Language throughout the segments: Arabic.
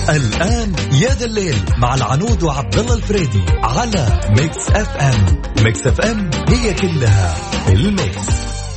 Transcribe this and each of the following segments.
الآن يا ذا الليل مع العنود وعبد الله الفريدي على ميكس اف ام. ميكس اف ام هي كلها الميكس.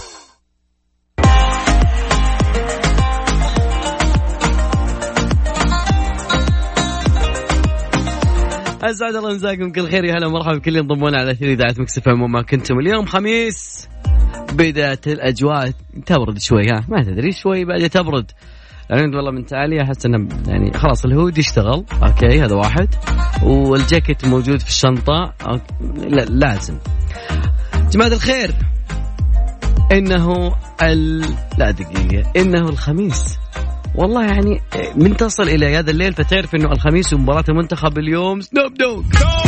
أسعد الله مساكم كل خير، يا هلا ومرحبا بكل ينضمون على أثير إذاعة ميكس اف ام وما كنتم. اليوم خميس، بداية الأجواء تبرد شوي، ما تدري شوي بعد تبرد. العنود والله من تعالي أحس إنه يعني خلاص الهود يشتغل، أوكي هذا واحد، والجاكيت موجود في الشنطة، لا لازم. جماعة الخير، إنه لا دقيقة، إنه الخميس والله، يعني من تصل إلى هذا الليل فتعرف إنه الخميس ومباراة المنتخب اليوم. سنوب دوغ.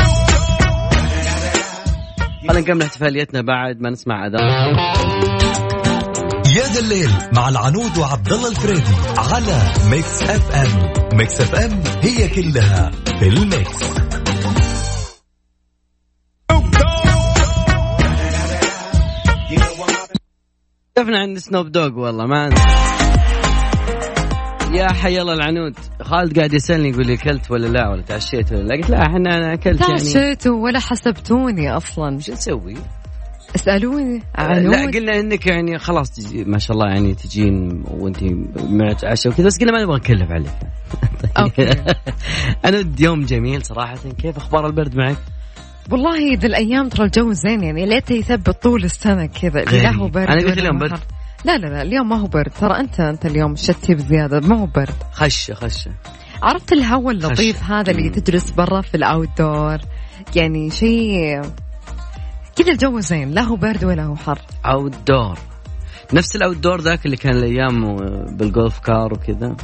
خلينا نكمل احتفاليتنا بعد ما نسمع أذان. يا ذا الليل مع العنود وعبد الله الفريدي على ميكس اف ام. ميكس اف ام هي كلها في الميكس. شفنا عند سنوب دوغ والله ما يا حي الله العنود. خالد قاعد يسألني يقول لي أكلت ولا لا، ولا تعشيت ولا لا. قلت لا أنا أكلت، يعني تعشيتوا ولا حسبتوني أصلا. شو نسوي؟ اسألوني عنود. لا قلنا إنك يعني خلاص ما شاء الله يعني تجين وأنتي معت عشاء وكذا، بس قلنا ما نبغى نكلف عليك. أوكي. أنا يوم جميل صراحة. كيف أخبار البرد معك؟ والله ذي الأيام ترى الجو زين، يعني ليته يثبت طول السنة كذا. لا هو برد. أنا قلت اليوم برد. لا اليوم ما هو برد ترى. أنت اليوم شتي بزيادة، ما هو برد. خشة. عرفت الهواء اللطيف هذا اللي تجلس برا في الأوتدور، يعني شيء كذا الجو زين، لا هو برد ولا هو حر. أوتدور، نفس الأوتدور ذاك اللي كان الأيام بالجولف كار وكذا.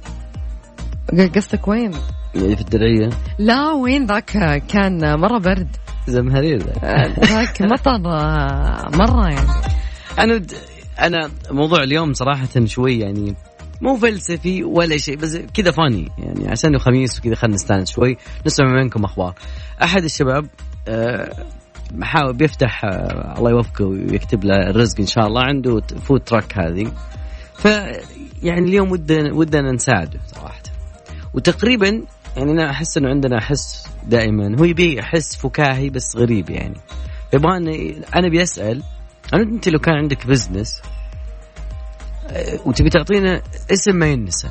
قصدك وين؟ في الدرعية. لا وين ذاك كان مرة برد، زمهرير ذاك مطر مرة. يعني أنا موضوع اليوم صراحة شوي يعني مو فلسفي ولا شيء، بس كذا فاني يعني عشان خميس وكذا. خلنا نستانس شوي، نسمع منكم أخبار. أحد الشباب محاول بيفتح الله يوفقه ويكتب له الرزق إن شاء الله، عنده فود تراك هذه، فيعني اليوم ودنا نساعده صراحة. وتقريبا يعني أنا أحس إنه عندنا حس دائما، هو يبي حس فكاهي بس غريب يعني. يبغاني أنا بيسأل أنت لو كان عندك بزنس وتبي تعطينا اسم ما ينسى.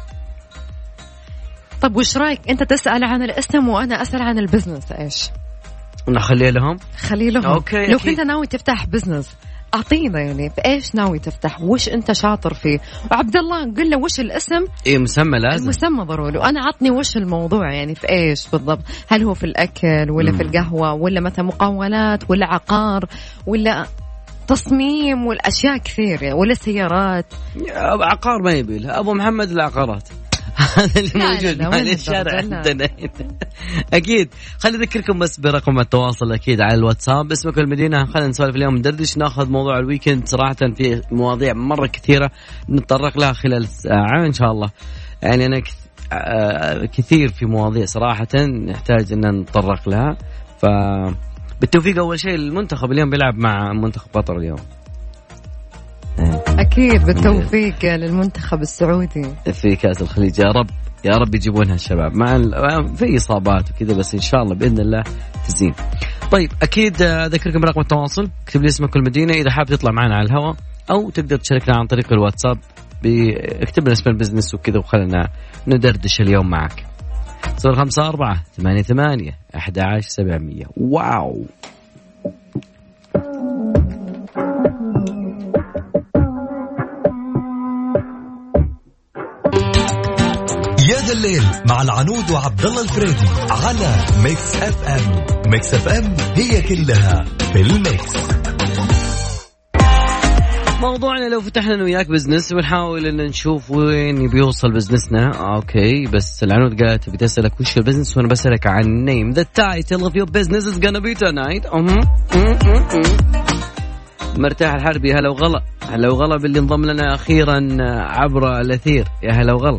طب وش رأيك أنت تسأل عن الاسم وأنا أسأل عن البزنس؟ إيش نخليه لهم؟ خليه لهم. أوكي. لو كنت ناوي تفتح بزنس أعطينا يعني بإيش ناوي تفتح، وش أنت شاطر فيه. وعبد الله قل له وش الاسم. إيه مسمى لازم. المسمى ضروري. وأنا عطني وش الموضوع يعني في إيش بالضبط. هل هو في الأكل ولا في القهوة ولا مثلا مقاولات ولا عقار ولا تصميم والأشياء كثير يعني، ولا سيارات. عقار ما يبيلها أبو محمد العقارات. هذا اللي موجود في الشارع عندنا. أكيد. خلي أذكركم بس برقم التواصل أكيد على الواتساب، اسمك المدينة. خلينا نسولف اليوم، ندردش، ناخذ موضوع الويكند. صراحة في مواضيع مرة كثيرة نتطرق لها خلال الساعة إن شاء الله. يعني أنا كثير في مواضيع صراحة نحتاج أن نتطرق لها. بالتوفيق. أول شيء المنتخب اليوم بيلعب مع منتخب قطر اليوم. أكيد بالتوفيق للمنتخب السعودي في كأس الخليج. يا رب يجيبونها الشباب، مع في إصابات وكذا، بس إن شاء الله بإذن الله تزين. طيب أكيد أذكركم برقم التواصل، اكتب لي اسمك والمدينة إذا حاب تطلع معنا على الهواء، أو تقدر تشاركنا عن طريق الواتساب، اكتب لنا اسم البزنس وكذا، وخلنا ندردش اليوم معك. 054-88-11700. واو. يا ذا الليل مع العنود وعبد الله الفريدي على ميكس اف ام. ميكس اف ام هي كلها في الميكس. موضوعنا لو فتحنا أنا وياك بزنس ونحاول إن نشوف وين بيوصل بزنسنا. أوكي بس العنود قالت بتسألك وش البزنس، وأنا بسألك عن name the title of your business is gonna be tonight. مرتاح الحربي هلا وغلا. هلا وغلا باللي انضم لنا أخيرا عبر الأثير. يا هلا وغلا.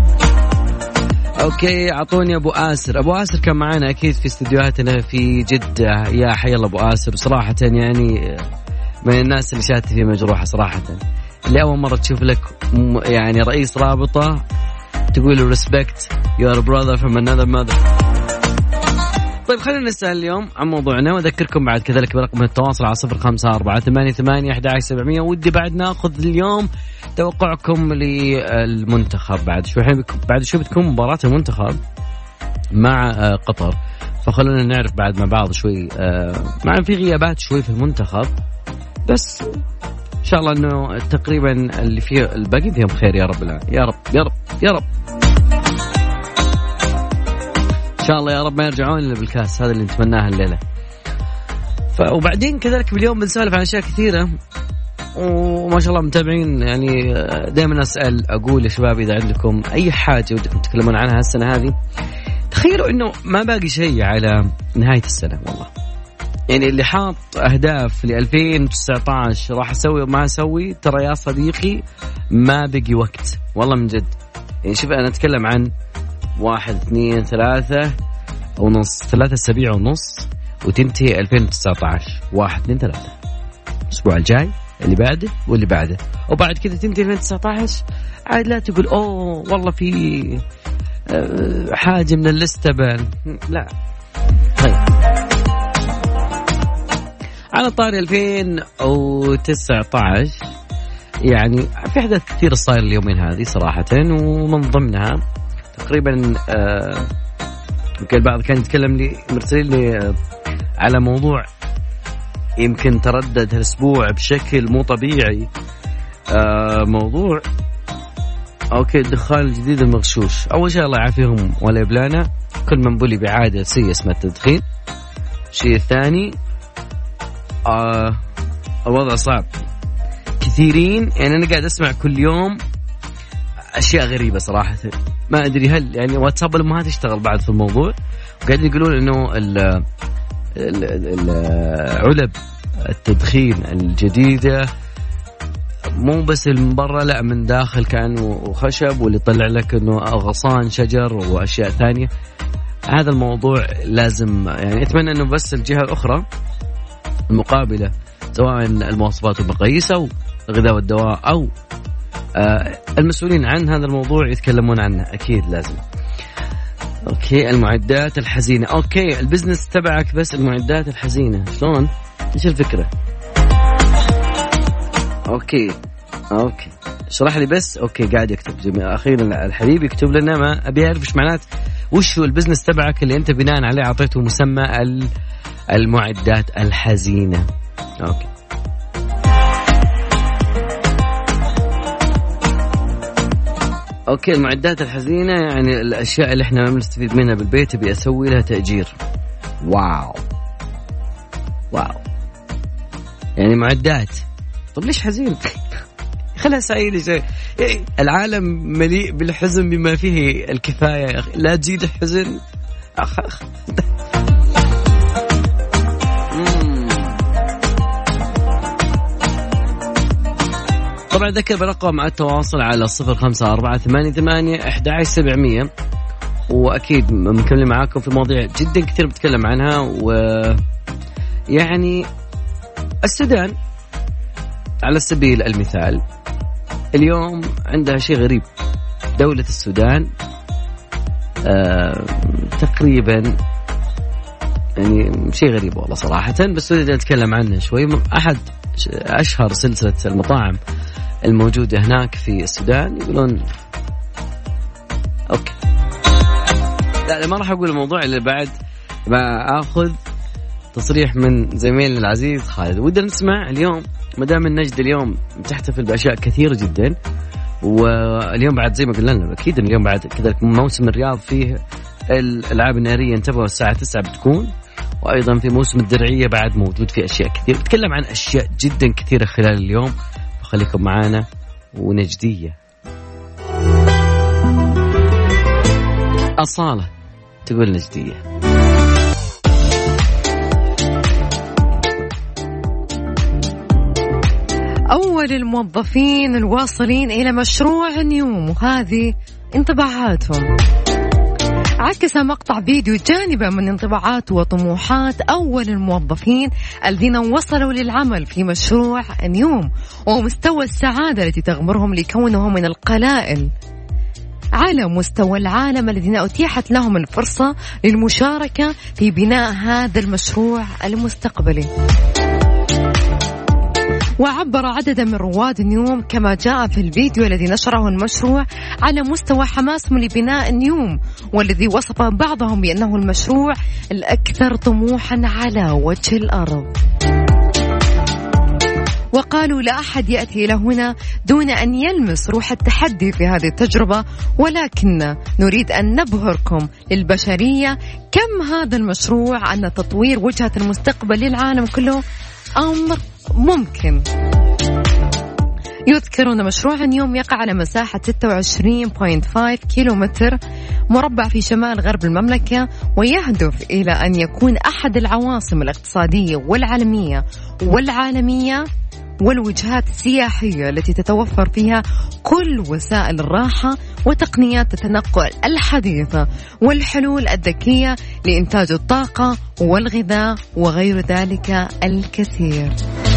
أوكي عطوني أبو آسر. أبو آسر كان معنا أكيد في استديوهاتنا في جدة. يا حي الله أبو آسر. صراحة يعني من الناس اللي شاتي فيه مجروحة صراحة، اللي أول مرة تشوف لك يعني رئيس رابطة تقول له respect your brother from another mother. طيب خلينا نسأل اليوم عن موضوعنا، وأذكركم بعد كذلك برقم التواصل على 0548811700. ودي بعد ناخذ اليوم توقعكم للمنتخب. بعد شوي بتكون مباراة المنتخب مع قطر، فخلونا نعرف بعد مع بعض شوي. مع في غيابات شوي في المنتخب، بس إن شاء الله إنه تقريبا اللي فيه الباقي فيهم خير يا رب العالمين. يا رب يا رب يا رب إن شاء الله يا رب ما يرجعون إلا بالكاس، هذا اللي نتمناه الليلة. وبعدين كذلك باليوم بنسولف عن أشياء كثيرة، وما شاء الله متابعين يعني. دائما أسأل أقول يا شباب إذا عندكم أي حاجة ودكم تتكلمون عنها السنة هذه. تخيلوا إنه ما باقي شيء على نهاية السنة والله. يعني اللي حاط أهداف ل 2019 راح أسوي وما أسوي، ترى يا صديقي ما بقي وقت والله من جد. يعني شوف أنا أتكلم عن 1 2 3 ونص، 3 أسابيع ونص وتنتهي 2019. 1 2 3 الأسبوع الجاي اللي بعده واللي بعده، وبعد كذا تنتهي 2019. عاد لا تقول أوه والله في حاجة من اللستة بان، لا. طيب على طاري 2019 يعني في أحداث كثير صاير اليومين هذه صراحة، ومن ضمنها تقريبا يمكن البعض كان يتكلم لي مرسل لي على موضوع يمكن تردد هالأسبوع بشكل مو طبيعي. موضوع الدخان الجديد المغشوش. أول شيء الله يعافيهم ولا يبلانا كل من بلي بعادة سيئة اسمها التدخين. الشيء الثاني الوضع صعب كثيرين. يعني أنا قاعد أسمع كل يوم أشياء غريبة صراحة، ما أدري هل يعني واتساب الأمهات يشتغل بعد في الموضوع، وقاعدين يقولون إنه علب التدخين الجديدة مو بس من برا، لا من داخل كأنه خشب، واللي طلع لك إنه غصان شجر وأشياء ثانية. هذا الموضوع لازم يعني أتمنى إنه بس الجهة الأخرى المقابلة سواء المواصفات والمقاييس أو الغذاء والدواء أو المسؤولين عن هذا الموضوع يتكلمون عنه أكيد لازم. المعدات الحزينة. البزنس تبعك بس المعدات الحزينة، شلون؟ إيش الفكرة؟ اشرح لي بس. قاعد يكتب أخيرا الحبيب يكتب لنا، ما أبي أعرف إيش معنات وش هو البزنس تبعك اللي أنت بناء عليه عطيته مسمى المعدات الحزينة. المعدات الحزينة يعني الأشياء اللي إحنا ما بنستفيد منها بالبيت بيسوي لها تأجير. واو يعني معدات. طب ليش حزين؟ خلها سعيدة شيء. العالم مليء بالحزن بما فيه الكفاية، لا تزيد حزن. طبعا ذكر برقم التواصل على 0548811700، وأكيد مكملين معاكم في مواضيع جدا كثير بتكلم عنها. ويعني السودان على سبيل المثال اليوم عندها شيء غريب. دولة السودان تقريبا يعني شيء غريب والله صراحة، بس ودي أتكلم عنه شوي. أحد أشهر سلسلة المطاعم الموجودة هناك في السودان يقولون لا ما راح أقول الموضوع اللي بعد ما أخذ تصريح من زميلنا العزيز خالد. ودنا نسمع اليوم مدام النجد اليوم تحتفل بأشياء كثيرة جدا، واليوم بعد زي ما قلنا لنا أكيد اليوم بعد كذلك موسم الرياض فيه الألعاب النارية، انتبهوا الساعة 9 بتكون، وأيضا في موسم الدرعية بعد موجود في أشياء كثير. نتكلم عن أشياء جدا كثيرة خلال اليوم، فخليكم معانا. ونجدية أصالة تقول نجدية. أول الموظفين الواصلين إلى مشروع نيوم، وهذه انطباعاتهم. عكس مقطع فيديو جانبا من انطباعات وطموحات أول الموظفين الذين وصلوا للعمل في مشروع نيوم، ومستوى السعادة التي تغمرهم لكونهم من القلائل على مستوى العالم الذين أتيحت لهم الفرصة للمشاركة في بناء هذا المشروع المستقبلي. وعبر عدد من رواد نيوم كما جاء في الفيديو الذي نشره المشروع على مستوى حماسهم لبناء نيوم، والذي وصف بعضهم بأنه المشروع الأكثر طموحا على وجه الأرض. وقالوا لا أحد يأتي إلى هنا دون أن يلمس روح التحدي في هذه التجربة، ولكن نريد أن نبهركم للبشرية كم هذا المشروع أن تطوير وجهة المستقبل للعالم كله أمر ممكن. يذكر أن مشروع اليوم يقع على مساحة 26.5 كيلومتر مربع في شمال غرب المملكة، ويهدف إلى أن يكون أحد العواصم الاقتصادية والعالمية والوجهات السياحية التي تتوفر فيها كل وسائل الراحة وتقنيات التنقل الحديثة والحلول الذكية لإنتاج الطاقة والغذاء وغير ذلك الكثير.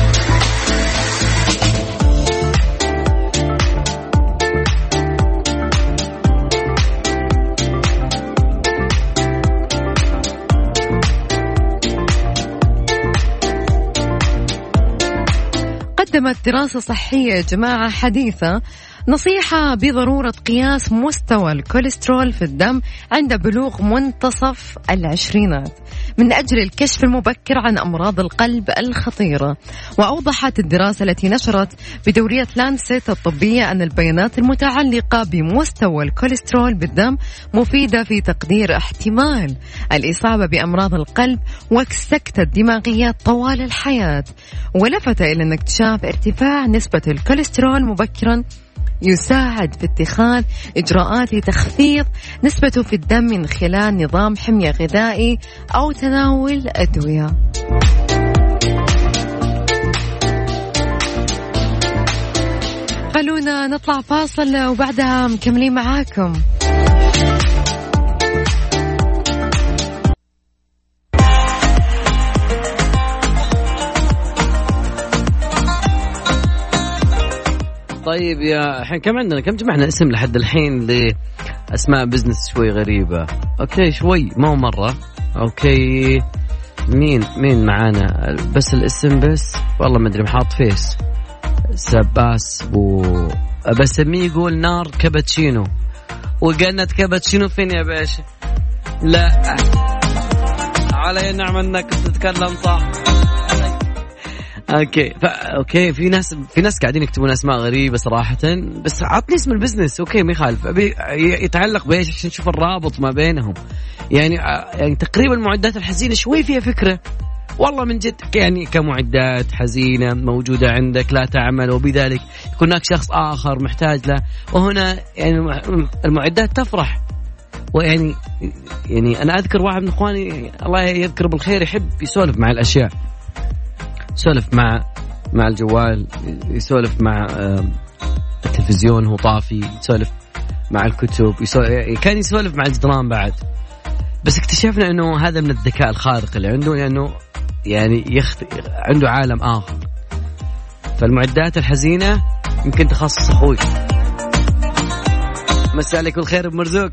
قدمت دراسة صحية يا جماعة حديثة نصيحة بضرورة قياس مستوى الكوليسترول في الدم عند بلوغ منتصف العشرينات من أجل الكشف المبكر عن أمراض القلب الخطيرة. وأوضحت الدراسة التي نشرت بدورية لانسيت الطبية أن البيانات المتعلقة بمستوى الكوليسترول بالدم مفيدة في تقدير احتمال الإصابة بأمراض القلب والسكتة الدماغية طوال الحياة. ولفت إلى أن اكتشاف ارتفاع نسبة الكوليسترول مبكرا يساعد في اتخاذ إجراءات لتخفيض نسبته في الدم من خلال نظام حمية غذائي أو تناول أدوية. خلونا نطلع فاصل وبعدها مكملين معاكم. طيب يا الحين كم جمعنا اسم لحد الحين لأسماء بزنس شوي غريبة. أوكي شوي مو مرة. أوكي مين معانا بس الاسم بس والله ما أدري محاط فيس سباس بسميه يقول نار كابتشينو وقالنا كابتشينو فين يا باشا؟ لا علي نعم انك تتكلم صح. اوكي في ناس قاعدين يكتبون اسماء غريبه صراحه، بس عطني اسم البزنس. اوكي ما يخالف، ابي يتعلق بايش عشان نشوف الرابط ما بينهم. يعني تقريبا المعدات الحزينه شوي فيها فكره والله من جد، يعني كمعدات حزينه موجوده عندك لا تعمل وبذلك يكون هناك شخص اخر محتاج له، وهنا يعني المعدات تفرح. ويعني انا اذكر واحد من اخواني الله يذكره بالخير يحب يسولف مع الاشياء، يسولف مع الجوال، يسولف مع التلفزيون هو طافي، يسولف مع الكتب، كان يسولف مع الجدران بعد. بس اكتشفنا انه هذا من الذكاء الخارق اللي عنده، لانه يعني عنده عالم اخر. فالمعدات الحزينه يمكن تخصص اخوي. مساء عليكم الخير بمرزوق.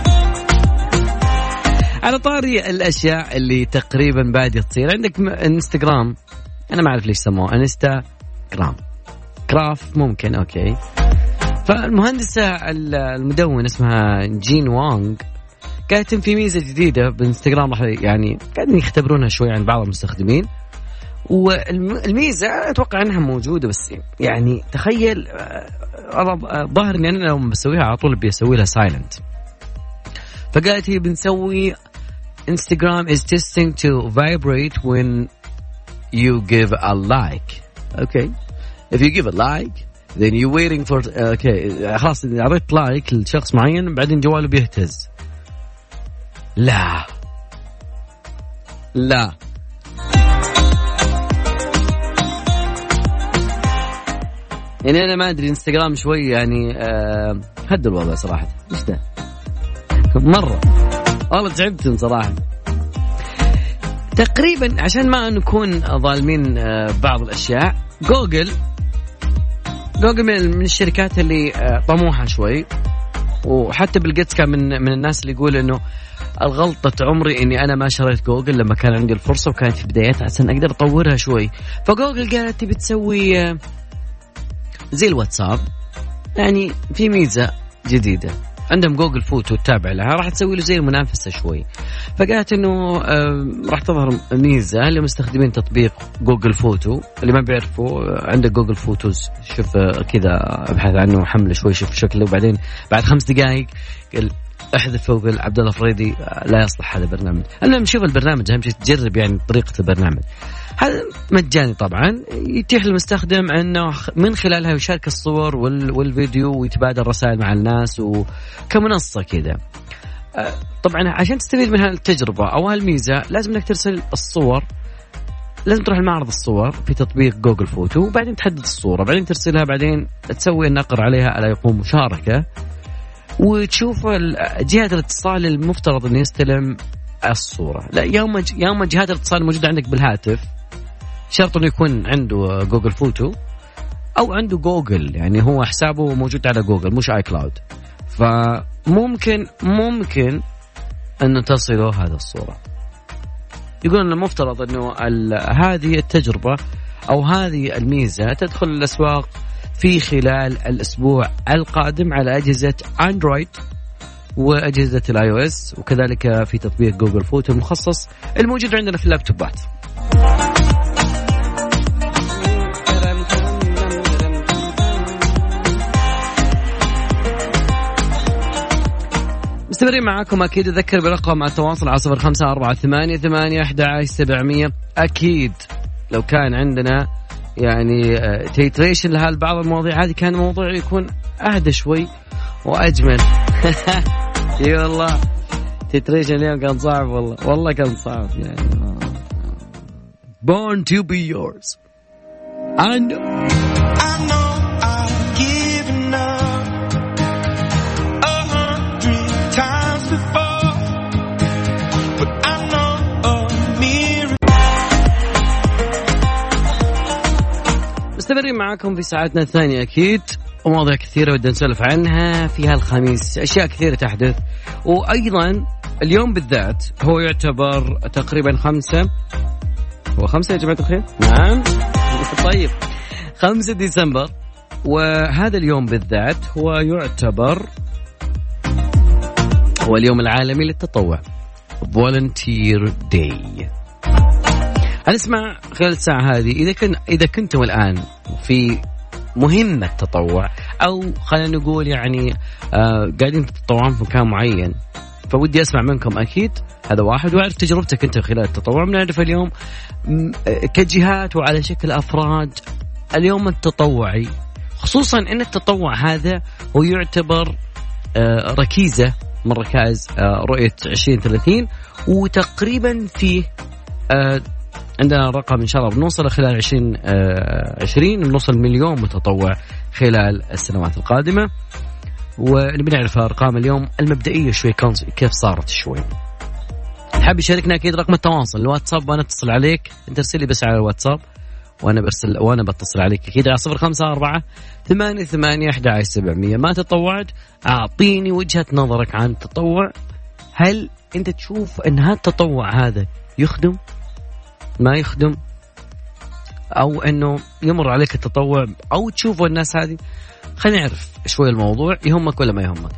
على طاري الاشياء اللي تقريبا بادية تصير، عندك انستغرام، انا ما اعرف ليش سموه انستغرام كراف ممكن. اوكي فالمهندسه المدونه اسمها جين وانغ قالت في ميزه جديده بانستغرام راح يعني قاعدين يختبرونها شوي عن بعض المستخدمين، والميزه اتوقع انها موجوده بس يعني تخيل ظاهر اني انا لو بسويها على طول بيسوي لها سايلنت. فقالت هي بنسوي Instagram is testing to vibrate when you give a like. Okay, if you give a like then you're waiting for okay خلاص عطيت لايك لشخص معين بعدين جواله بيهتز. لا يعني انا ما ادري انستغرام شوي يعني هد الوضع صراحه. ايش ده مرة والله تعبتم صراحة. تقريبا عشان ما نكون ظالمين بعض الأشياء، جوجل من الشركات اللي طموحة شوي وحتى بيل جيتس كان من الناس اللي يقول إنه الغلطة عمري إني أنا ما شريت جوجل لما كان عندي الفرصة وكانت في بدايتها عشان أقدر أطورها شوي. فجوجل قالت تبي تسوي زي الواتساب، يعني في ميزة جديدة عندهم جوجل فوتو تتابع لها، راح تسوي له زي المنافسة شوي. فقالت إنه راح تظهر ميزة لمستخدمين تطبيق جوجل فوتو. اللي ما بيعرفوا عندك جوجل فوتوز، شوف كذا ابحث عنه وحمله شوي شوف شكله، وبعدين بعد 5 دقائق احذف جوجل عبد الله فريدي لا يصلح هذا البرنامج. المهم شوف البرنامج، اهم شيء تجرب يعني طريقة البرنامج. هذا مجاني طبعا، يتيح للمستخدم انه من خلالها يشارك الصور والفيديو ويتبادل رسائل مع الناس وكمنصة كذا. طبعا عشان تستفيد من هالتجربة او هالميزة لازم انك ترسل الصور، لازم تروح لمعرض الصور في تطبيق جوجل فوتو، وبعدين تحدد الصورة، بعدين ترسلها، بعدين تسوي النقر عليها على يقوم مشاركة، وتشوف جهات الاتصال المفترض انه يستلم الصورة. لا يوم جهات الاتصال الموجودة عندك بالهاتف شرط انه يكون عنده جوجل فوتو او عنده جوجل، يعني هو حسابه موجود على جوجل مش اي كلاود، فممكن انه تصله هذا الصورة. يقول ان المفترض انه هذه التجربة او هذه الميزة تدخل الاسواق في خلال الاسبوع القادم على اجهزة اندرويد واجهزة الاي او اس، وكذلك في تطبيق جوجل فوتو المخصص الموجود عندنا في اللابتوبات. مستمرين معاكم أكيد. أذكر برقم التواصل على 0548811700. أكيد لو كان عندنا يعني تيتريشن لهالبعض المواضيع هذه كان الموضوع يكون أهدى شوي وأجمل. اي والله تيتريشن اليوم كان صعب، والله كان صعب يعني. Born to be yours. I know I've given up 100 times before, but I know a miracle. مستمرين معاكم في ساعتنا الثانية أكيد، ومواضيع كثيرة ودنا نسولف عنها في هالخميس، أشياء كثيرة تحدث. وأيضا اليوم بالذات هو يعتبر تقريبا 5 يا جماعة الخير. نعم طيب 5 ديسمبر، وهذا اليوم بالذات هو يعتبر هو اليوم العالمي للتطوع، Volunteer Day. هنسمع خلال الساعة هذه إذا كنتم الآن في مهمة تطوع، أو خلينا نقول يعني قاعدين تتطوعون في مكان معين، فودي أسمع منكم أكيد. هذا واحد، وأعرف تجربتك أنت خلال التطوع. بنعرف اليوم كجهات وعلى شكل أفراد اليوم التطوعي، خصوصا أن التطوع هذا هو يعتبر ركيزة من ركائز رؤية 2030، وتقريبا فيه عندنا رقم إن شاء الله بنوصل خلال 2020 بنوصل 1,000,000 متطوع خلال السنوات القادمة. ونبي نعرف أرقام اليوم المبدئية شوي كيف صارت شوي. حاب يشاركنا أكيد رقم التواصل الواتساب، وأنا أتصل عليك، أنت ارسل لي بس على الواتساب وأنا بتصل عليك أكيد على 0548811700. ما تطوعت؟ أعطيني وجهة نظرك عن التطوع. هل أنت تشوف أن هذا التطوع هذا يخدم ما يخدم، أو أنه يمر عليك التطوع، أو تشوفوا الناس هذه؟ خلينا نعرف شوي الموضوع يهمك ولا ما يهمك.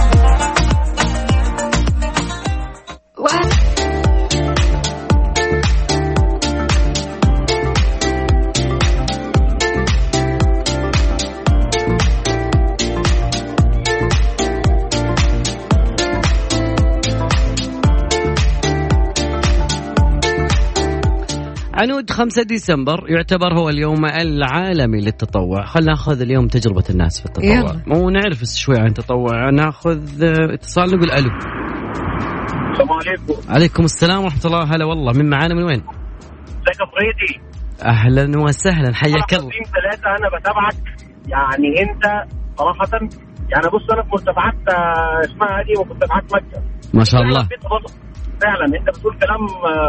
عنود 5 ديسمبر يعتبر هو اليوم العالمي للتطوع. خلنا ناخذ اليوم تجربة الناس في التطوع ونعرف شوي عن التطوع. ناخذ اتصال، نقول ألو. السلام عليكم. عليكم السلام ورحمة الله. هلا والله، من معانا من وين؟ ازيك يا فريدي؟ أهلا وسهلا، حياك الله. 3 أنا بتابعك، يعني أنت صراحة يعني بص أنا في مرتفعات اسمها هذه ومرتفعات مكة ما شاء الله. فعلا أنت بتقول كلام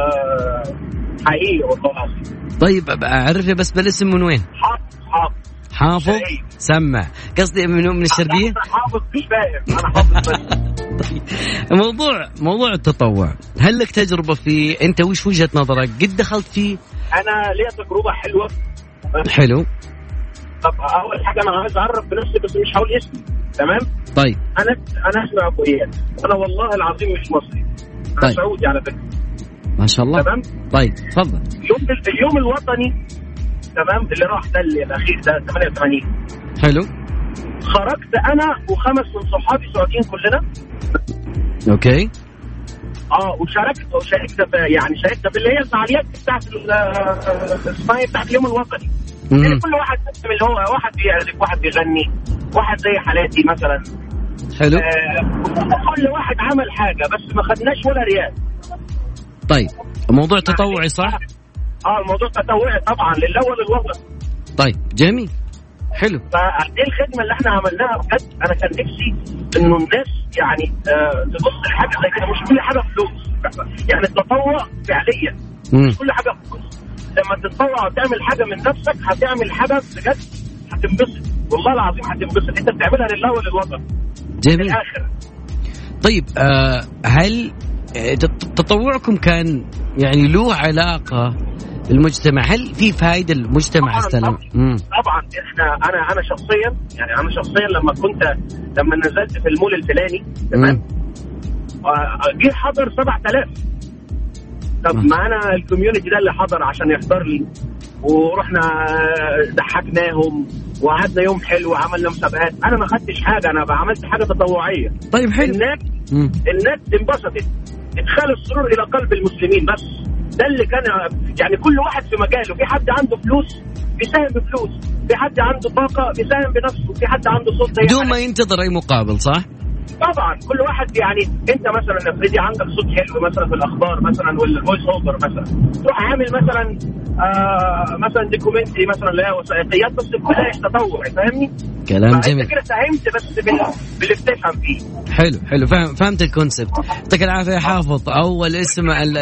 حقيقي والله العظيم. طيب أعرفني بس بالاسم من وين؟ حافظ سمع قصدي من الشرقية. أنا حافظ مش فاهم، أنا حافظ بس. طيب موضوع التطوع، هل لك تجربة فيه؟ أنت وش وجهة نظرك؟ قد دخلت فيه؟ أنا ليا تجربة حلوة. حلو. طب أول حاجة أنا عايز أعرف بنفسي بس مش هقول اسمي، تمام؟ طيب أنا اسمي أبو إياد، أنا والله العظيم مش مصري، أنا طيب. سعودي على فكرة. ما شاء الله. تمام. طيب تفضل. اليوم الوطني، تمام، اللي راح ده الأخير ده 88. حلو. خرجت أنا و5 من صحابي سعوديين كلنا. أوكي. وشاركت يعني شاركت باللي هي الفعاليات بتاعت اسمها بتاعت اليوم الوطني. يعني كل واحد اللي هو واحد بيعزف، واحد بيغني، واحد زي حالاتي مثلا. حلو. كل واحد عمل حاجة بس ما خدناش ولا ريال. طيب الموضوع تطوعي صح؟ الموضوع تطوعي طبعا لله وللوطن. طيب جميل حلو. فدي الخدمة اللي احنا عملناها بجد. انا كان نفسي انه الناس يعني تبص لحاجة زي كده، مش كل حاجة فلوس، يعني التطوع فعليا مش كل حاجة فلوس. لما تتطوع وتعمل حاجة من نفسك هتعمل حاجة بجد هتنبسط، والله العظيم هتنبسط. انت بتعملها لله وللوطن. جميل. الآخر. طيب هل تطوعكم كان يعني له علاقة بالمجتمع؟ هل في فائدة المجتمع استلم؟ طبعا انا شخصيا، يعني انا شخصيا لما نزلت في المول الفلاني، تمام، جه حضر 7000. طب معانا الكوميونتي ده اللي حضر عشان يحضر لي، ورحنا ضحكناهم وقعدنا يوم حلو وعملنا مسابقات. انا ما خدتش حاجه، انا عملت حاجه تطوعيه. طيب حلو. الناس انبسطت، ادخال السرور الى قلب المسلمين. بس ده اللي كان، يعني كل واحد في مجاله. في حد عنده فلوس بيساهم بفلوس، في حد عنده طاقه بيساهم بنفسه، في حد عنده صوت بدون ما ينتظر اي مقابل. صح طبعا. كل واحد يعني انت مثلا افرضي عندك صوت حلو مثلا في الاخبار مثلا والفويس اوفر مثلا، تروح عامل مثلا دوكيومنتري مثلا اللي هي وثائقيات، بس كلها تطوع. فاهمني؟ كلام جميل. كده ساهمت بس باللي بتفهم فيه. حلو فهمت الكونسبت. يعطيك العافيه يا حافظ. اول اسم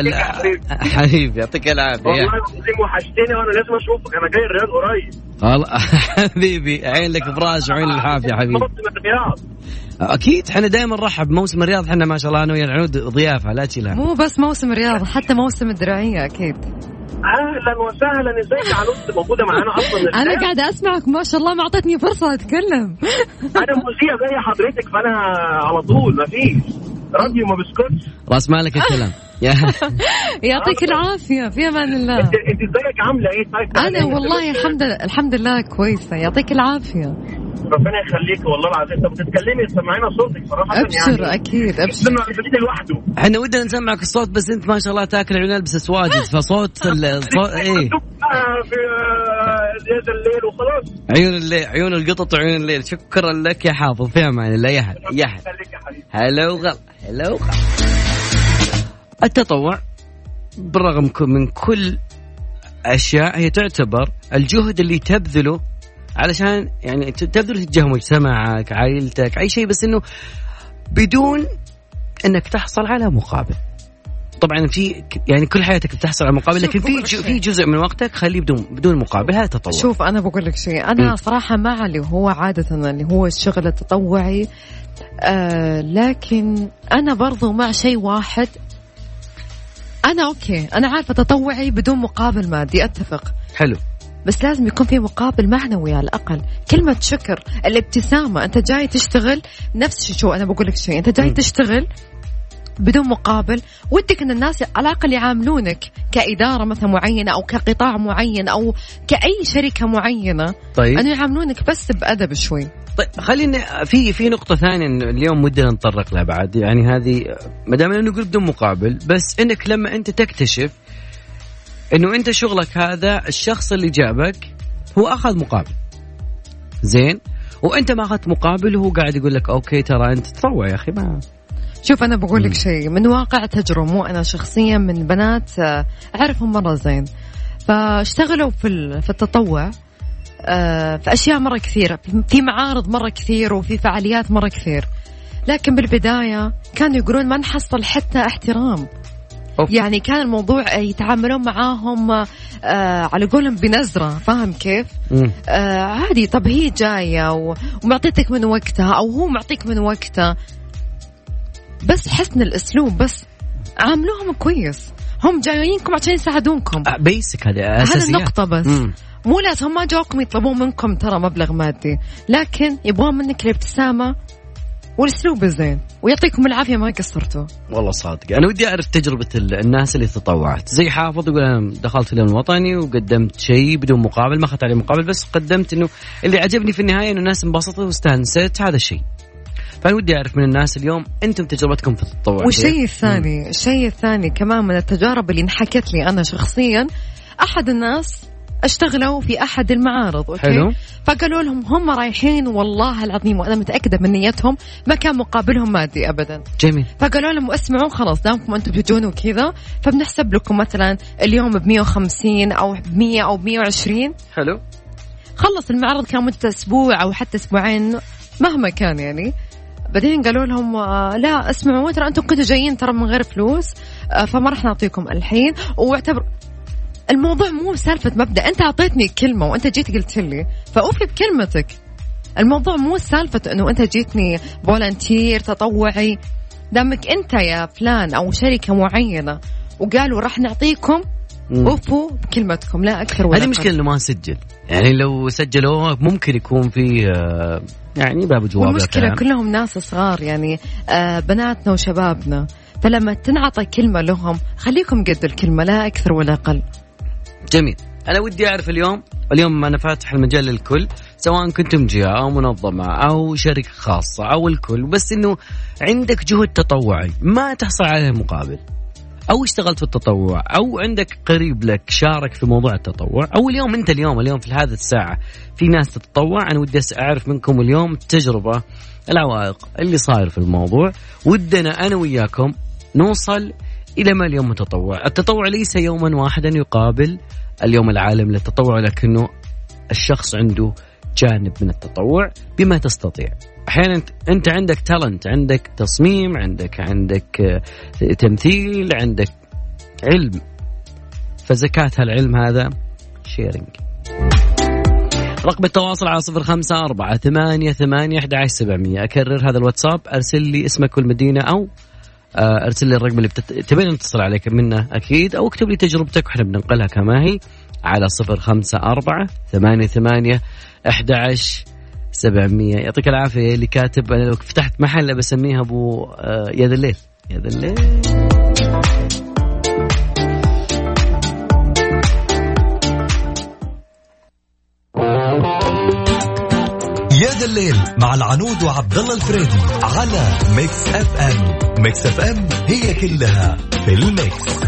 حبيبي يعطيك العافيه. والله العظيم وحشتني وانا لازم اشوفك. انا جاي الرياض قريب. والله حبيبي عين لك براش وعين الحافيه حبيبي. اكيد احنا دائما نرحب موسم الرياض. احنا ما شاء الله انا ويا العنود ضيافه لا تشيلها. مو بس موسم الرياض، حتى موسم الدرعيه اكيد. اهلا وسهلا. ازيك يا عنود؟ موجوده معانا اصلا. انا قاعده اسمعك ما شاء الله، ما اعطتني فرصه اتكلم. انا مذيع زي حضرتك، فانا على طول ما فيش راديو ما بسكتش. راس مالك الكلام. يعطيك العافيه، في امان الله. انت ازيك عامله ايه؟ طيب انا والله الحمد لله كويسه، يعطيك العافيه. ربنا يخليك والله العظيم. انت بتتكلمي تسمعينا صوتك صراحه. ابشر يعني اكيد ابشر. لوحده. احنا ودنا نسمعك الصوت بس انت ما شاء الله تاكل عيون البس واجد، فصوت ايه في الليل وخلاص. عيون القطط وعيون الليل. شكرا لك يا حافظ، في امان الله. يا هلا وغلا. التطوع بالرغم من كل أشياء هي تعتبر الجهد اللي تبذله علشان يعني تبذله تجاه مجتمعك، عائلتك، أي شيء، بس إنه بدون إنك تحصل على مقابل. طبعا في يعني كل حياتك بتحصل على مقابل، لكن في جزء من وقتك خليه بدون مقابل. هذا تطوع. شوف أنا بقول لك شيء، أنا صراحة مع اللي هو عادة اللي هو الشغل التطوعي، لكن أنا برضو مع شيء واحد. أنا أوكي، أنا عارفة تطوعي بدون مقابل مادي، أتفق. حلو. بس لازم يكون في مقابل معنوي على الأقل. كلمة شكر، الابتسامة. أنت جاي تشتغل نفس شو أنا بقول لك شيء، أنت جاي تشتغل بدون مقابل، ودك أن الناس على الأقل يعاملونك كإدارة مثلا معينة أو كقطاع معين أو كأي شركة معينة. طيب. أن يعاملونك بس بأدب شوي. طيب خلينا في نقطة ثانية اليوم ودنا نتطرق لها بعد. يعني هذه مدام نقول بدون مقابل، بس إنك لما أنت تكتشف إنه أنت شغلك هذا الشخص اللي جابك هو أخذ مقابل زين، وأنت ما أخذت مقابل وهو قاعد يقول لك أوكي ترى أنت تطوع يا أخي. ما شوف أنا بقول لك شيء من واقع تجربة، مو أنا شخصيا، من بنات أعرفهم مرة زين، فاشتغلوا في التطوع في أشياء مرة كثيرة، في معارض مرة كثير وفي فعاليات مرة كثير، لكن بالبداية كانوا يقولون ما نحصل حتى احترام. يعني كان الموضوع يتعاملون معاهم على قولهم بنظرة، فاهم كيف؟ عادي. طب هي جاية ومعطيتك من وقتها أو هو معطيك من وقته، بس حسن الأسلوب، بس عاملوهم كويس. هم جايينكم عشان يساعدونكم، بيسك هذا النقطة بس. مو لازم ما جاوكم يطلبون منكم ترى مبلغ مادي، لكن يبغون منك الابتسامة والاسلوب الزين، ويعطيكم العافيه ما قصرتوا. والله صادق. انا ودي اعرف تجربه الناس اللي تطوعت زي حافظ يقول انا دخلت اليوم الوطني وقدمت شيء بدون مقابل، ما اخذت عليه مقابل، بس قدمت انه اللي عجبني في النهايه انه الناس انبسطت واستانست، هذا الشيء. فانا ودي اعرف من الناس اليوم انتم تجربتكم في التطوع. والشيء الثاني الشيء الثاني كمان من التجارب اللي انحكت لي انا شخصيا، احد الناس اشتغلوا في أحد المعارض، أوكي؟ حلو. فقالوا لهم هم رايحين والله العظيم وأنا متأكدة من نيتهم ما كان مقابلهم مادي أبدا. جميل. فقالوا لهم اسمعوا خلاص دامكم أنتم بتجون وكذا فبنحسب لكم مثلا اليوم ب150 أو ب100 أو ب120. حلو. خلص المعرض كان مدة أسبوع أو حتى أسبوعين مهما كان يعني. بعدين قالوا لهم لا اسمعوا ترى أنتم كنتوا جايين ترى من غير فلوس، فما راح نعطيكم الحين. واعتبر الموضوع مو سالفة مبدأ، أنت أعطيتني كلمة وأنت جيت قلت لي فأوفي بكلمتك. الموضوع مو سالفة أنه أنت جيتني فولنتير تطوعي، دامك أنت يا فلان أو شركة معينة وقالوا راح نعطيكم أوفوا بكلمتكم لا أكثر ولا أقل. هذه مشكلة إنه ما نسجل، يعني لو سجلوه ممكن يكون في يعني باب جواب. المشكلة كلهم ناس صغار يعني بناتنا وشبابنا، فلما تنعطى كلمة لهم خليكم قد الكلمة لا أكثر ولا أقل. جميل. أنا ودي أعرف اليوم أنا فاتح المجال للكل، سواء كنتم جهة أو منظمة أو شركة خاصة أو الكل، بس إنه عندك جهد تطوعي ما تحصل عليه مقابل، أو اشتغلت في التطوع أو عندك قريب لك شارك في موضوع التطوع، أو اليوم أنت اليوم في هذه الساعة في ناس تتطوع. أنا ودي أعرف منكم اليوم التجربة، العوائق اللي صاير في الموضوع. ودنا أنا وياكم نوصل إلى ما اليوم متطوع. التطوع ليس يوما واحدا يقابل اليوم العالم للتطوع، لكنه الشخص عنده جانب من التطوع بما تستطيع. أحيانا أنت عندك تالنت، عندك تصميم، عندك تمثيل، عندك علم، فزكاة هالعلم هذا شيرينج. رقم التواصل على 0548811700. أكرر هذا الواتساب، أرسل لي اسمك والمدينة أو أرسل لي الرقم اللي تبين نتصل عليك منه أكيد، أو اكتب لي تجربتك وإحنا بننقلها كما هي على 0548811700. يعطيك العافية اللي كاتب. أنا لو فتحت محل بسميها أبو يا ذا الليل، يا ذا الليل. يا ذا الليل مع العنود وعبد الله الفريدي على ميكس اف ام. ميكس اف ام هي كلها في الميكس.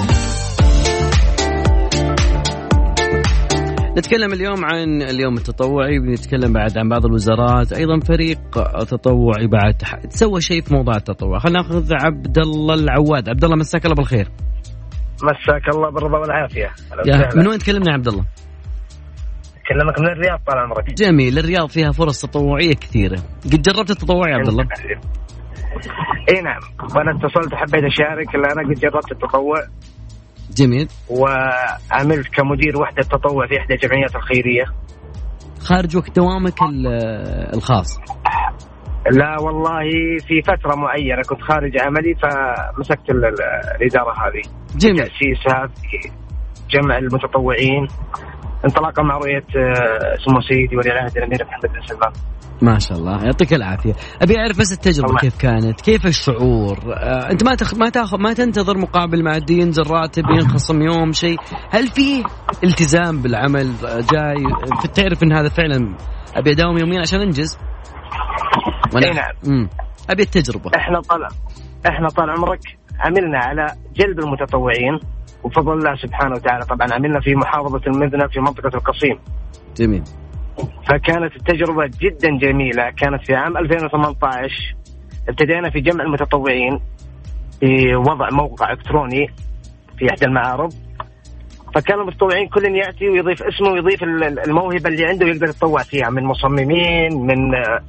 نتكلم اليوم عن اليوم التطوعي، بنتكلم بعد عن بعض الوزارات، أيضا فريق تطوعي بعد تسوى شيء في موضوع التطوع. خلينا ناخذ عبد الله العواد. عبد الله مساك الله بالخير. مساك الله بالرضا والعافية. من وين تكلمنا عبد الله؟ أكلمك من الرياض طال عمرك. جميل. الرياض فيها فرص تطوعية كثيرة، قد جربت التطوع يا عبد الله؟ اي نعم، وانا اتصلت وحبيت اشارك لان انا قد جربت التطوع. جميل. وعملت كمدير وحدة تطوع في احدى الجمعيات الخيرية. خارج وقت دوامك الخاص؟ لا والله في فترة معينة كنت خارج عملي فمسكت الإدارة هذه. جميل. تأسيسها في جمع المتطوعين انطلاقا مع رؤية سمو سيدي ولي العهد الأمير محمد بن سلمان. ما شاء الله، يعطيك العافية. أبي أعرف بس التجربة كيف كانت، كيف الشعور؟ أنت ما تنتظر مقابل مادي، ينزل راتب، ينخصم يوم شيء، هل فيه التزام بالعمل جاي تعرف إن هذا فعلا أبي أداوم يومين عشان أنجز؟ أي نعم. أبي التجربة. إحنا طال عمرك عملنا على جلب المتطوعين وفضل الله سبحانه وتعالى. طبعا عملنا في محافظة المدنة في منطقة القصيم. جميل. فكانت التجربة جدا جميلة. كانت في عام 2018 ابتدينا في جمع المتطوعين في وضع موقع إلكتروني في إحدى المعارض. فكانوا المتطوعين كل يأتي ويضيف اسمه ويضيف الموهبة اللي عنده ويقدر يتطوع فيها، من مصممين، من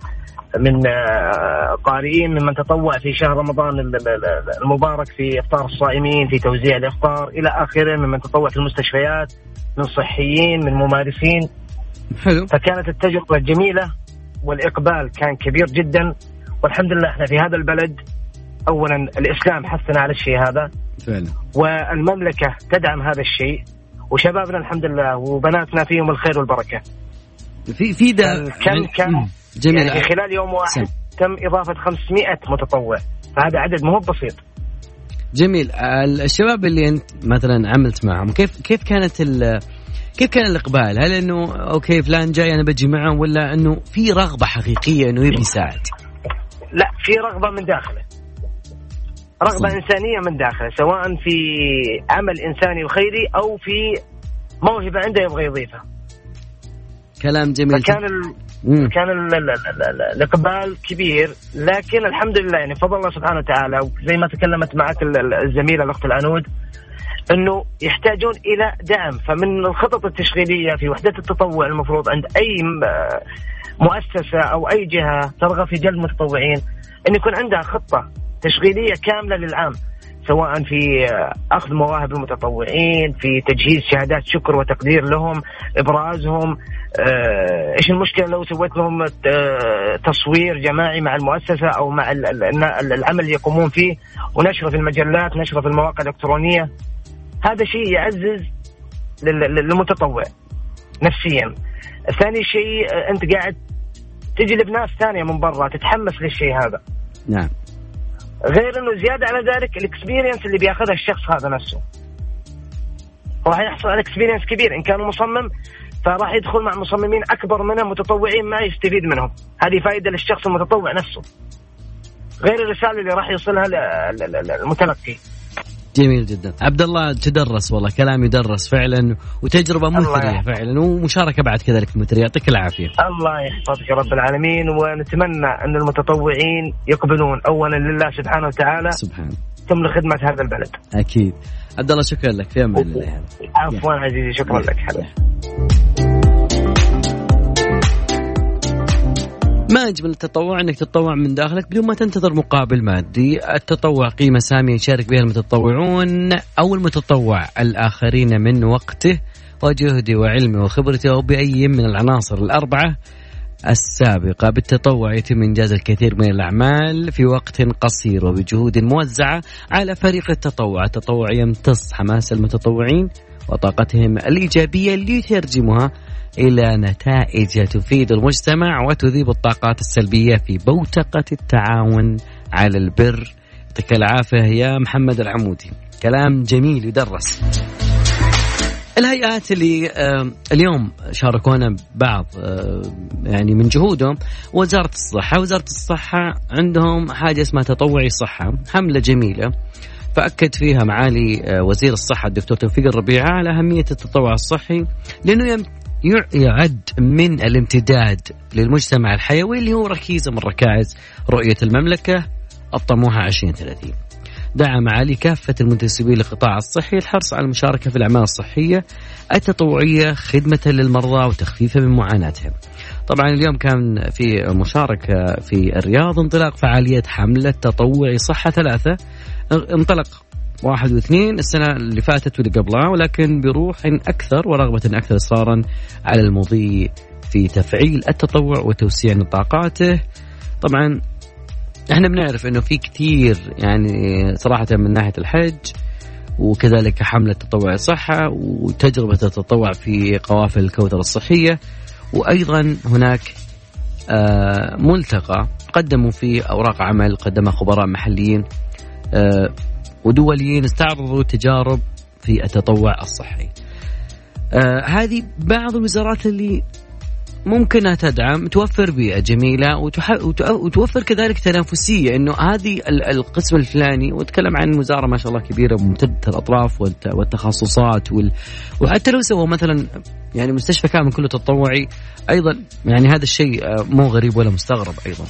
من قارئين ممن تطوع في شهر رمضان المبارك في إفطار الصائمين، في توزيع الإفطار إلى آخره، ممن تطوع في المستشفيات، من صحيين، من ممارسين. حلو. فكانت التجربة جميلة والإقبال كان كبير جدا، والحمد لله احنا في هذا البلد أولا الإسلام حثنا على الشيء هذا فعلا، والمملكة تدعم هذا الشيء، وشبابنا الحمد لله وبناتنا فيهم الخير والبركة. في ده كان جميل. يعني خلال يوم واحد تم إضافة 500 متطوع، فهذا عدد مو بسيط. جميل. الشباب اللي أنت مثلا عملت معهم كيف كان الإقبال؟ هل إنه أوكي فلان جاي أنا بجي معهم، ولا إنه في رغبة حقيقية إنه يبي يساعد؟ لا، في رغبة من داخله، رغبة إنسانية من داخله، سواء في عمل إنساني وخيري أو في موهبة عنده يبغى يضيفها. كلام جميل. كان الإقبال كبير، لكن الحمد لله يعني فضل الله سبحانه وتعالى، وزي ما تكلمت معك الزميلة الأخت العنود أنه يحتاجون إلى دعم. فمن الخطط التشغيلية في وحدة التطوع المفروض عند أي مؤسسة أو أي جهة ترغب في جلب متطوعين أن يكون عندها خطة تشغيلية كاملة للعام، سواء في أخذ مواهب المتطوعين، في تجهيز شهادات شكر وتقدير لهم، إبرازهم. إيش المشكلة لو سويت لهم تصوير جماعي مع المؤسسة أو مع العمل اللي يقومون فيه، ونشره في المجلات، نشره في المواقع الإلكترونية. هذا شيء يعزز للمتطوع نفسيا. ثاني شيء أنت قاعد تجلب ناس ثانية من برا تتحمس للشيء هذا. نعم. غير انه زياده على ذلك الاكسبيرينس اللي بياخذها الشخص هذا نفسه، راح يحصل على اكسبيرينس كبير. ان كان مصمم فراح يدخل مع مصممين اكبر منه، متطوعين ما يستفيد منهم. هذه فائده للشخص المتطوع نفسه، غير الرساله اللي راح يوصلها المتلقي. جميل جدا. عبد الله، تدرس والله، كلام يدرس فعلا، وتجربة مثرية فعلا، ومشاركة بعد كذلك مثرية. يعطيك العافية. الله يحفظك يا رب العالمين. ونتمنى أن المتطوعين يقبلون أولا لله سبحانه وتعالى، سبحانه، ثم لخدمة هذا البلد. أكيد. عبد الله شكرا لك، في أمان الله. عفوا عزيزي، شكرا لك. حلو. ما أجمل التطوع أنك تتطوع من داخلك بدون ما تنتظر مقابل مادي. التطوع قيمة سامية يشارك بها المتطوعون أو المتطوع الآخرين من وقته وجهده وعلمه وخبرته بأي من العناصر الأربعة السابقة. بالتطوع يتم إنجاز الكثير من الأعمال في وقت قصير وبجهود موزعة على فريق التطوع. التطوع يمتص حماس المتطوعين وطاقتهم الإيجابية ليترجمها إلى نتائج تفيد المجتمع وتذيب الطاقات السلبية في بوتقة التعاون على البر. يعطيك العافية يا محمد العمودي، كلام جميل يدرس. الهيئات اللي اليوم شاركونا بعض يعني من جهودهم، وزارة الصحة عندهم حاجة اسمها تطوعي صحة، حملة جميلة فأكد فيها معالي وزير الصحة الدكتور توفيق الربيعة على أهمية التطوع الصحي، لأنه يعد من الامتداد للمجتمع الحيوي اللي هو ركيزة من ركائز رؤية المملكة الطموحة 2030. دعا معالي كافة المنتسبين للقطاع الصحي الحرص على المشاركة في الأعمال الصحية التطوعية خدمة للمرضى وتخفيفا من معاناتهم. طبعا اليوم كان في مشاركة في الرياض انطلاق فعالية حملة تطوعي صحة 3، انطلق 1 و2 السنة اللي فاتت واللي قبلها، ولكن بروح أكثر ورغبة أكثر إصرارا على المضي في تفعيل التطوع وتوسيع نطاقاته. طبعا احنا بنعرف انه في كتير يعني صراحة من ناحية الحج، وكذلك حملة تطوع الصحة وتجربة التطوع في قوافل الكوثر الصحية، وأيضا هناك ملتقى قدموا فيه أوراق عمل قدمها خبراء محليين ودوليين استعرضوا تجارب في التطوع الصحي. هذه بعض الوزارات اللي ممكن تدعم، توفر بيئة جميلة وتوفر كذلك تنافسية، إنه هذه القسم الفلاني، وتكلم عن وزارة ما شاء الله كبيرة ممتدة الأطراف والتخصصات وحتى لو سووا مثلا يعني مستشفى كامل كله تطوعي أيضا، يعني هذا الشيء مو غريب ولا مستغرب أيضا.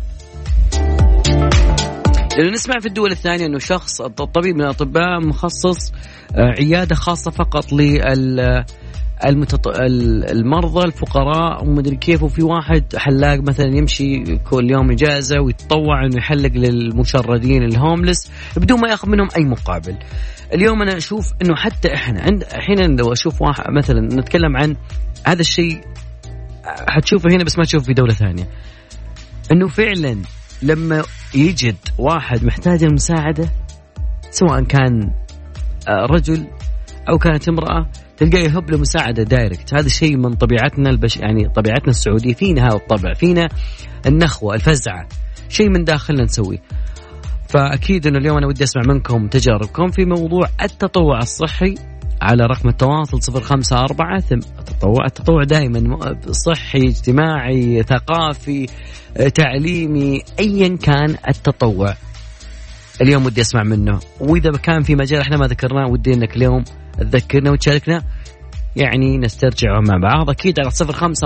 لأنه نسمع في الدول الثانية أنه شخص الطبيب من الأطباء مخصص عيادة خاصة فقط المرضى الفقراء ومدري كيف، وفي واحد حلاق مثلا يمشي كل يوم إجازة ويتطوع إنه يحلق للمشردين الهوملس بدون ما يأخذ منهم أي مقابل. اليوم أنا أشوف إنه حتى إحنا حين لو أشوف واحد مثلا نتكلم عن هذا الشيء حتشوفه هنا بس ما تشوفه في دولة ثانية، إنه فعلا لما يجد واحد محتاج المساعدة سواء كان رجل أو كانت امرأة تلقاه يهب له مساعدة دايركت. هذا الشيء من طبيعتنا يعني طبيعتنا السعودية، فينا هذا الطبع، فينا النخوة الفزعة، شيء من داخلنا نسويه. فأكيد أنه اليوم أنا ودي أسمع منكم تجاربكم في موضوع التطوع الصحي على رقم التواصل 054. التطوع دائما صحي، اجتماعي، ثقافي، تعليمي، أيا كان التطوع اليوم ودي أسمع منه. وإذا كان في مجال إحنا ما ذكرناه ودي أنك اليوم تذكرنا وتشاركنا، يعني نسترجعه مع بعض. أكيد على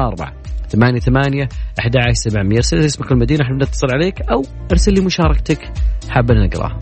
054-88-11700. ارسل اسمك المدينة احنا نتصل عليك، أو ارسل لي مشاركتك حابة نقراها.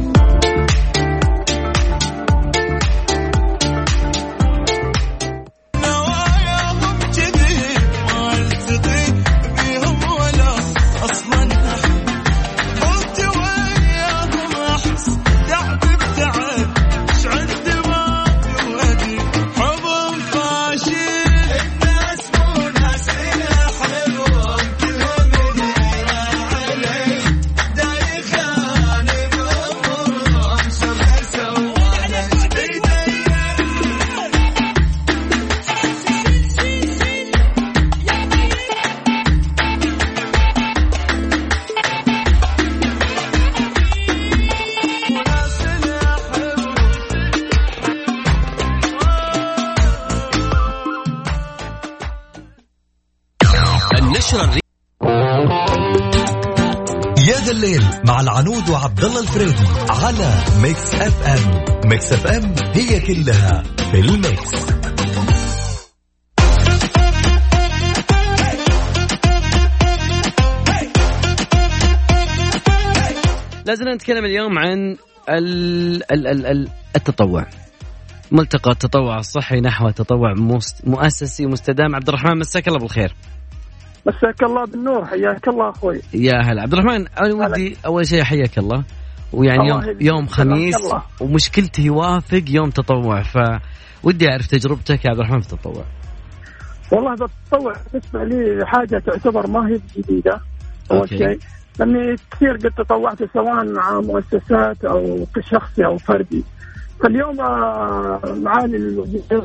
يا ذا الليل مع العنود وعبد الله الفريدي على ميكس اف ام. ميكس اف ام هي كلها في الميكس. لازم نتكلم اليوم عن التطوع، ملتقى التطوع الصحي نحو تطوع مؤسسي مستدام. عبد الرحمن مساك الله بالخير. مساك الله بالنور، حياك الله أخوي. يا هلا عبد الرحمن، أنا ودي أول شيء حياك الله، ويعني يوم خميس ومشكلتي يوافق يوم تطوع، فودي أعرف تجربتك يا عبد الرحمن في التطوع. والله التطوع بالنسبة لي حاجة تعتبر ما هي جديدة أول شيء، لأني كثير قد تطوعت سواء مع مؤسسات أو كشخصي أو فردي. فاليوم معالي الوزير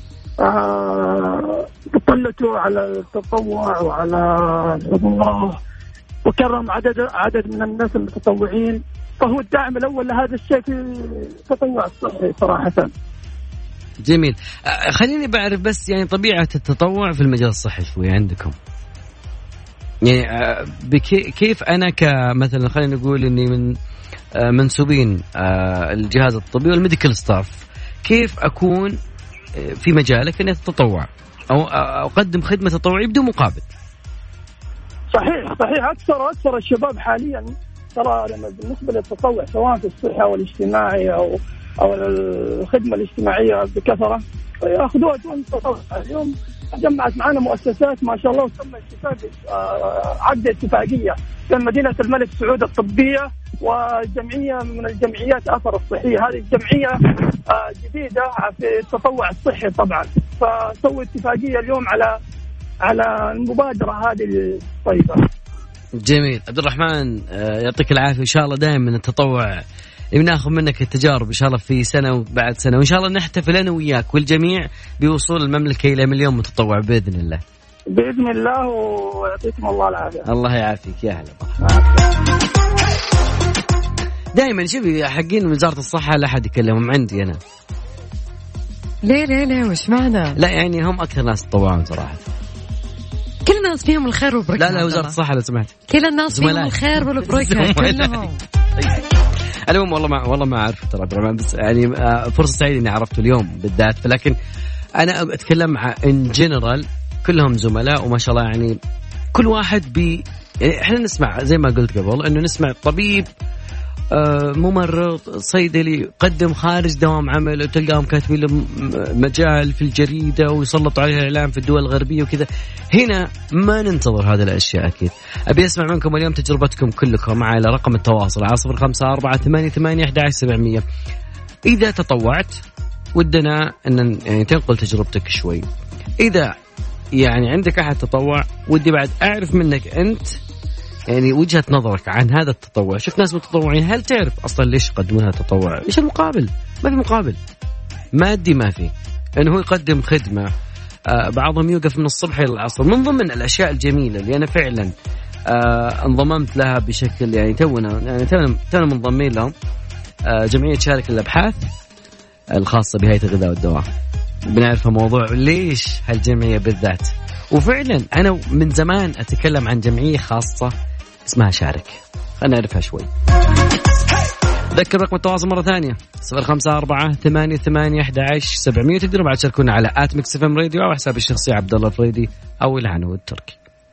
تطلتوا على التطوع وعلى الله وكرم عدد من الناس المتطوعين، فهو الداعم الأول لهذا الشيء في التطوع الصحي صراحة. جميل. خليني بعرف بس يعني طبيعة التطوع في المجال الصحي شوي عندكم، يعني كيف أنا كمثلا خلينا نقول إني من منسوبين الجهاز الطبي والميديكال ستاف، كيف أكون في مجالك أني أتطوع أو أقدم خدمة تطوعية بدون مقابل؟ صحيح أكثر الشباب حاليا ترى بالنسبة للتطوع سواء في الصحة أو الاجتماعي أو الخدمة الاجتماعية بكثرة يأخذوها دون تطوع. اليوم جمعت معنا مؤسسات ما شاء الله وتم اتفاق عقد اتفاقية بين مدينة الملك سعود الطبية وجمعية من الجمعيات أثر الصحية. هذه الجمعية جديدة في التطوع الصحي طبعا، فسووا اتفاقية اليوم على المبادرة هذه الطيبة. جميل. عبد الرحمن يعطيك العافية، إن شاء الله دائما التطوع بناخذ منك التجارب إن شاء الله في سنة وبعد سنة، وإن شاء الله نحتفل أنا وياك والجميع بوصول المملكة إلى 1,000,000 متطوع بإذن الله. بإذن الله، ويعطيكم الله العافية. الله يعافيك يا هلا. دائما شوفي حقين وزارة الصحة لا أحد يكلمهم عندي أنا. ليه وش معنى؟ لا يعني هم أكثر ناس تطوعون صراحة. كل الناس فيهم الخير والبركة. لا وزارة الصحة لو سمحت. كل الناس فيهم الخير والبركة كلهم. المهم والله ما أعرف ترى عبد، بس يعني فرصة سعيدة إني عرفته اليوم بالذات. لكن أنا أتكلم إن جنرال كلهم زملاء وما شاء الله، يعني كل واحد يعني إحنا نسمع زي ما قلت قبل إنه نسمع طبيب ممرض، صيدلي، قدم خارج دوام عمل، وتلقاهم كاتبين له مجال في الجريدة ويسلط عليها الإعلام في الدول الغربية وكذا. هنا ما ننتظر هذه الأشياء. أكيد أبي أسمع منكم اليوم تجربتكم كلكم على رقم التواصل 0548811700. إذا تطوعت ودنا أن يعني تنقل تجربتك شوي. إذا يعني عندك أحد تطوع ودي بعد أعرف منك أنت يعني وجهة نظرك عن هذا التطوع. شوف ناس متطوعين، هل تعرف أصلا ليش يقدمون هذا التطوع؟ إيش المقابل؟ ما في مقابل مادي، ما في إنه هو يقدم خدمة. بعضهم يوقف من الصبح إلى العصر. من ضمن الأشياء الجميلة اللي أنا فعلا انضممت لها بشكل يعني تونا منضمين لهم جمعية شارك الأبحاث الخاصة بهيئة الغذاء والدواء. بنعرف موضوع ليش هالجمعية بالذات، وفعلا أنا من زمان أتكلم عن جمعية خاصة اسمها شارك. خلنا نعرفها شوي. ذكر رقم التواصل مرة ثانية 0548811700. تقدروا بعد تشاركونا على @mixfmradio أو حسابي الشخصي عبد الله الفريدي أو العنود التركي.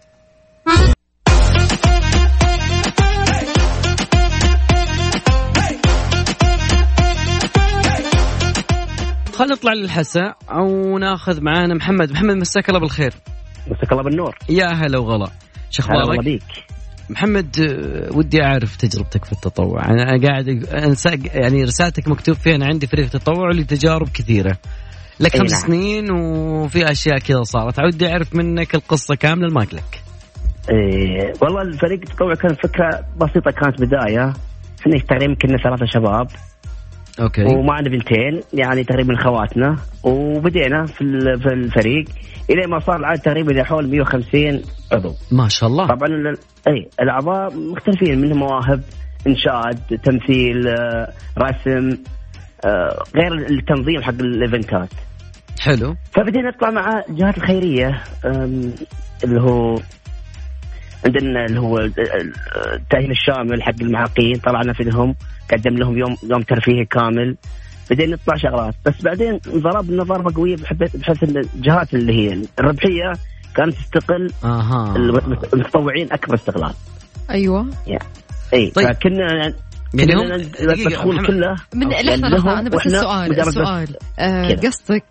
خلينا نطلع للحساء أو ناخذ معانا محمد. مساك الله بالخير. مساك الله بالنور. يا هلا وغلا، شو اخبارك محمد؟ ودي أعرف تجربتك في التطوع. أنا قاعد يعني رسالتك مكتوب فيها أنا عندي فريق تطوع لتجارب كثيرة لك 5 سنين وفي أشياء كذا صارت. ودي أعرف منك القصة كاملة المايك لك. والله الفريق التطوع كان فكرة بسيطة، كانت بداية احنا تقريبا كنا 3 شباب أوكي. ومعنا بنتين يعني تقريبا خواتنا، وبدينا في الفريق إلى ما صار العدد تقريبا حول 150 عضو. ما شاء الله. طبعا الأعضاء مختلفين، منهم مواهب، إنشاد، تمثيل، رسم، غير التنظيم حق الإيفنتات. حلو. فبدينا نطلع مع الجهات الخيرية اللي هو عندنا اللي هو التأهيل الشامل حق المعاقين، طلعنا فيهم قدم لهم يوم ترفيهي كامل. بدينا نطلع شغلات، بس بعدين ضربنا ضربة قوية بحيث ان الجهات اللي هي الربحية كانت تستقل المتطوعين أكبر استغلال. أيوة. طيب. فكنا يعني المدخول كله من لحظة أنا بس السؤال قصدك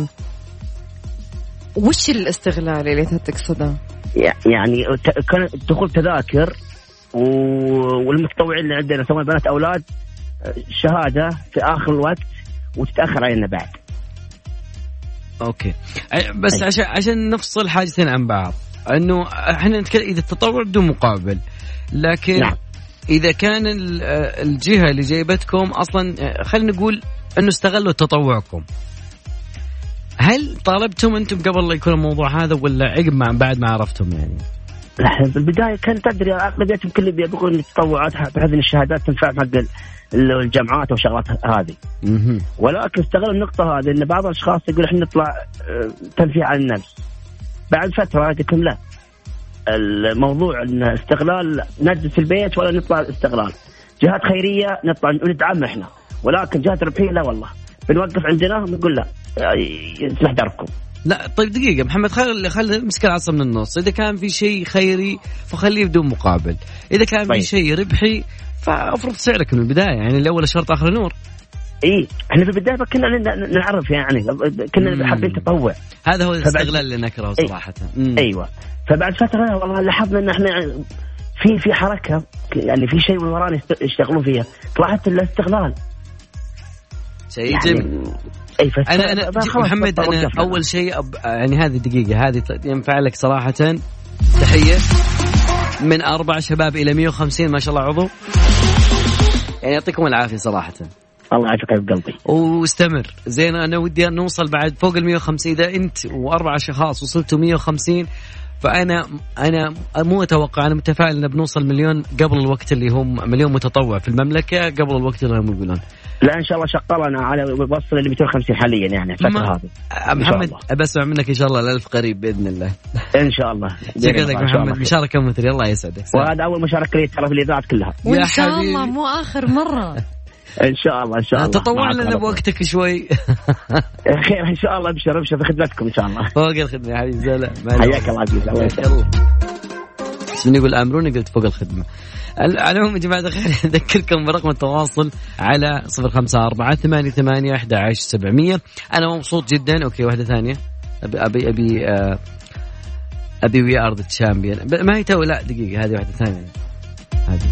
وش الاستغلال اللي تقصده؟ يعني كان دخول تذاكر والمتطوعين اللي عندنا سواء بنات أولاد شهادة في آخر الوقت وتتأخر علينا بعد. أوكي. بس عشان نفصل حاجتين عن بعض، إنه إحنا نتكلم إذا التطوع بدون مقابل، لكن نعم. إذا كان الجهة اللي جايبتكم أصلا خلينا نقول إنه استغلوا تطوعكم، هل طالبتم أنتم قبل لا يكون الموضوع هذا ولا عقب بعد ما عرفتم يعني؟ لا بالبداية كان تدري أغلبيتهم كل بيقولون التطوعات بحيث إن الشهادات تنفع حق الجامعات والشغلات هذه. ولكن استغلوا النقطة هذه إن بعض الأشخاص يقول إحنا نطلع تنفيع عن النفس. بعد فترة قلت لهم لا، الموضوع إن استغلال نجلس في البيت ولا نطلع استغلال. جهات خيرية نطلع ندعم إحنا، ولكن جهات ربحية لا والله بنوقف عندنا ونقول لا يسمح دربكم. لا طيب دقيقة محمد، خلي مسك العصا من النص. إذا كان في شيء خيري فخليه بدون مقابل، إذا كان في شيء ربحي فأفرض سعرك من البداية، يعني الأول شرط آخر نور. احنا في البداية كنا نعرف يعني كنا حابين تطوع. هذا هو الاستغلال اللي نكره صراحة. أيوة. فبعد فترة والله لاحظنا إن احنا في حركة يعني في شيء من ورانا يشتغلون فيها، طلعت الاستغلال شيء يعني جميل. أنا محمد أنا أول شيء يعني هذه دقيقة هذه ينفع لك صراحة تحية من 4 شباب إلى 150 ما شاء الله عضو، يعني يعطيكم العافية صراحة. الله يعافيك بقلبي واستمر. زين أنا ودي أن نوصل بعد فوق 150. إذا أنت و4 أشخاص وصلتوا 150 فأنا مو أتوقع، أنا متفائل أن بنوصل مليون قبل الوقت اللي هم مليون متطوع في المملكة قبل الوقت اللي هم يقولون. لا إن شاء الله شغالنا على وصل اللي 250 حاليا يعني الفترة هذه. محمد أبسمع منك إن شاء الله الألف قريب بإذن الله. إن شاء الله. شكرا لك محمد، مشاركة مثرية الله يسعدك. وهذا أول مشاركة لي ترى في الإذاعات كلها. وإن شاء الله مو آخر مرة. إن شاء الله إن شاء الله. تطوع لنا بوقتك شوي. خير إن شاء الله. أبشر في خدمتكم إن شاء الله. فوق الخدمة يا حبيبي. زلا حياك الله عزيز. الله يسعدك. بس من يقول آمروني قلت فوق الخدمة. على العموم يا جماعة الخير أذكركم برقم التواصل على 0548811700. أنا مبسوط جدا. أوكي واحدة ثانية أبي وي أرض تشامبيون ما هي تو. لا دقيقة هذه واحدة ثانية. هذه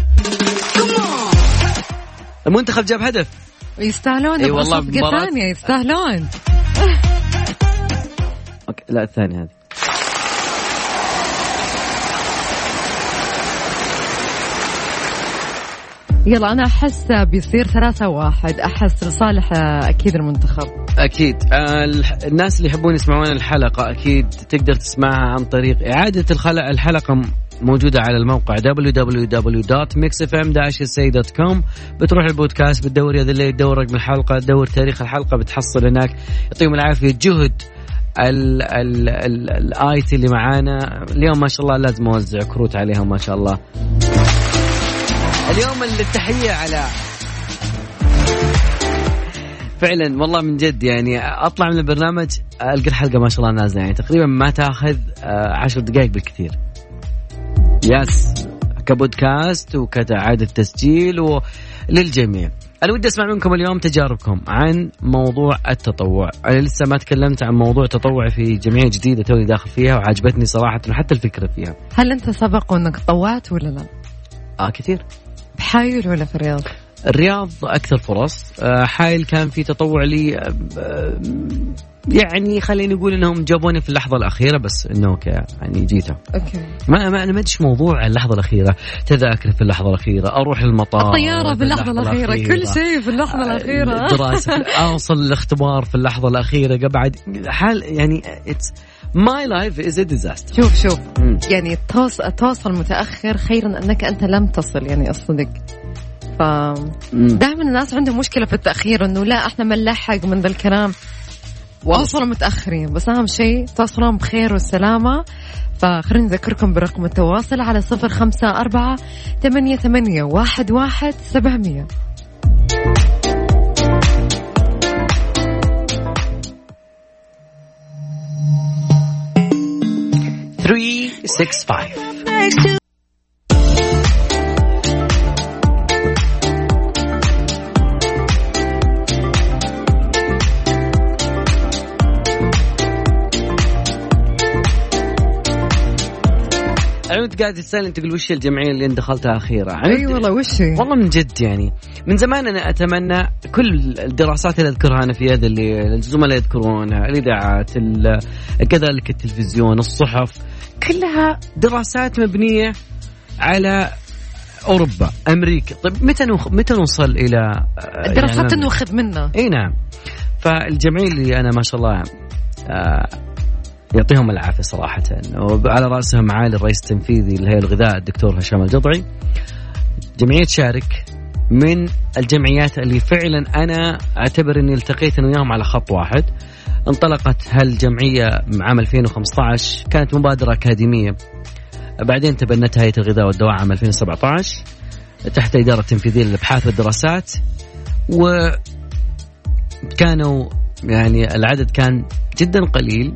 المنتخب جاب هدف يستاهلون. أي والله صفقة ثانية يستاهلون. أوكي لا الثانية هذه. يلا أنا أحس بيصير 3-1. أحس لصالح أكيد المنتخب. أكيد. الناس اللي يحبون يسمعون الحلقة أكيد تقدر تسمعها عن طريق إعادة الحلقة موجودة على الموقع www.mixfm-sa.com. بتروح البودكاست بتدور يا ذا الليل تدور رقم الحلقة تدور تاريخ الحلقة بتحصل هناك. يعطيهم العافية. جهد الآيتي اللي معانا اليوم ما شاء الله لازم أوزع كروت عليهم ما شاء الله. اليوم التحية على فعلا والله من جد يعني أطلع من البرنامج ألقى الحلقة ما شاء الله نازلة يعني تقريبا ما تأخذ 10 دقائق بالكثير. ياس كبودكاست وكإعادة تسجيل وللجميع. أنا ودي أسمع منكم اليوم تجاربكم عن موضوع التطوع. أنا لسه ما تكلمت عن موضوع تطوع في جمعية جديدة توني داخل فيها وعجبتني صراحة وحتى الفكرة فيها. هل أنت سبق أنك طوعت ولا لا؟ كثير. بحايل ولا في الرياض؟ الرياض أكثر فرص. حايل كان في تطوع لي يعني خليني نقول إنهم جابوني في اللحظة الأخيرة بس إنه يعني جيته. أوكي. أنا ما أدري موضوع اللحظة الأخيرة. تذاكر في اللحظة الأخيرة أروح المطار الطيارة في اللحظة الأخيرة كل شيء في اللحظة الأخيرة. دراسة أوصل الاختبار في اللحظة الأخيرة قبل حال يعني My life is a disaster. شوف يعني توصل متأخر خيرا أنك أنت لم تصل يعني الصدق. دائما الناس عندهم مشكلة في التأخير إنه لا إحنا ما نلحق من ذا الكلام وصلوا متأخرين بس أهم شيء توصلون بخير والسلامة. فخلينا نذكركم برقم التواصل على 0548811700. 365. أنت قاعد تسأل تقول وش الجمعية اللي دخلتها أخيرا؟ أي والله وش هي؟ والله من جد يعني من زمان أنا أتمنى كل الدراسات اللي أذكرها أنا في هذا اللي الزملاء يذكرونها الإذاعات كذلك التلفزيون الصحف كلها دراسات مبنية على أوروبا أمريكا. طيب متى نوصل إلى الدراسات يعني نأخذ منها؟ أي نعم. فالجمعية اللي أنا ما شاء الله يعطيهم العافية صراحة وعلى رأسهم معالي الرئيس التنفيذي لهيئة الغذاء الدكتور هشام الجضعي. جمعية شارك من الجمعيات اللي فعلا أنا أعتبر أني التقيت أنا وياهم على خط واحد. انطلقت هالجمعية عام 2015 كانت مبادرة أكاديمية بعدين تبنتها هيئة الغذاء والدواء عام 2017 تحت إدارة تنفيذية للأبحاث والدراسات. وكانوا يعني العدد كان جدا قليل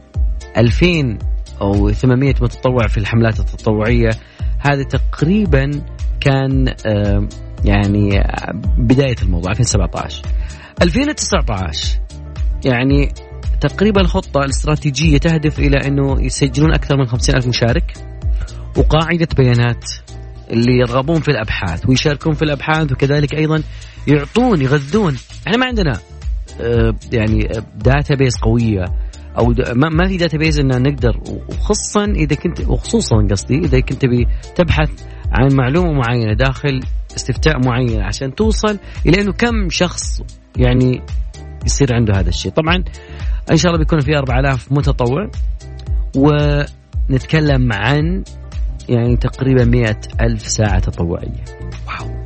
2800 متطوع في الحملات التطوعية. هذا تقريبا كان يعني بداية الموضوع 2017. 2019 يعني تقريبا الخطة الاستراتيجية تهدف إلى أنه يسجلون أكثر من 50,000 مشارك وقاعدة بيانات اللي يرغبون في الأبحاث ويشاركون في الأبحاث وكذلك أيضا يعطون يغذون. احنا ما عندنا يعني داتابيس قوية أو ما في داتابيس إننا نقدر وخصوصا إذا كنت وخصوصا قصدي إذا كنت تبحث عن معلومة معينة داخل استفتاء معين عشان توصل إلى إنه كم شخص يعني يصير عنده هذا الشيء. طبعا إن شاء الله بيكون في 4000 متطوع ونتكلم عن يعني تقريبا 100,000 ساعة تطوعية. واو.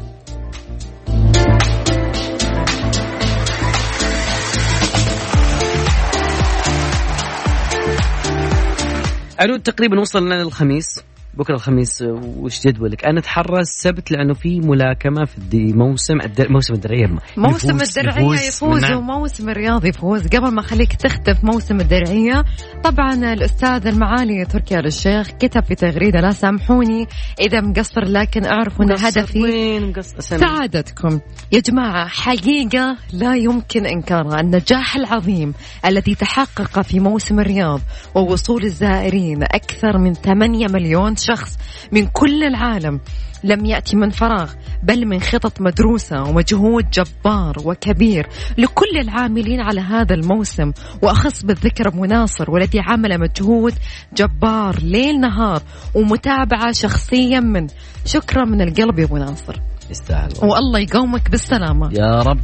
أنو تقريبا وصلنا للخميس بكرة الخميس وش جدولك؟ أنا أتحرى السبت لأنه في ملاكمة في موسم الدرعية. موسم الدرعية يفوز وموسم الرياض يفوز. قبل ما خليك تختف موسم الدرعية، طبعا الأستاذ المعالي تركي آل الشيخ كتب في تغريدة: لا سامحوني إذا مقصر، لكن أعرف أن هدفي سعادتكم. يا جماعة حقيقة لا يمكن إنكارها، النجاح العظيم الذي تحقق في موسم الرياض ووصول الزائرين أكثر من 8 مليون شخص من كل العالم لم يأتي من فراغ، بل من خطط مدروسة ومجهود جبار وكبير لكل العاملين على هذا الموسم، وأخص بالذكر أبو ناصر والذي عمل مجهود جبار ليل نهار ومتابعة شخصيا من. شكرا من القلب يا أبو ناصر، يستاهل والله يقومك بالسلامة يا رب.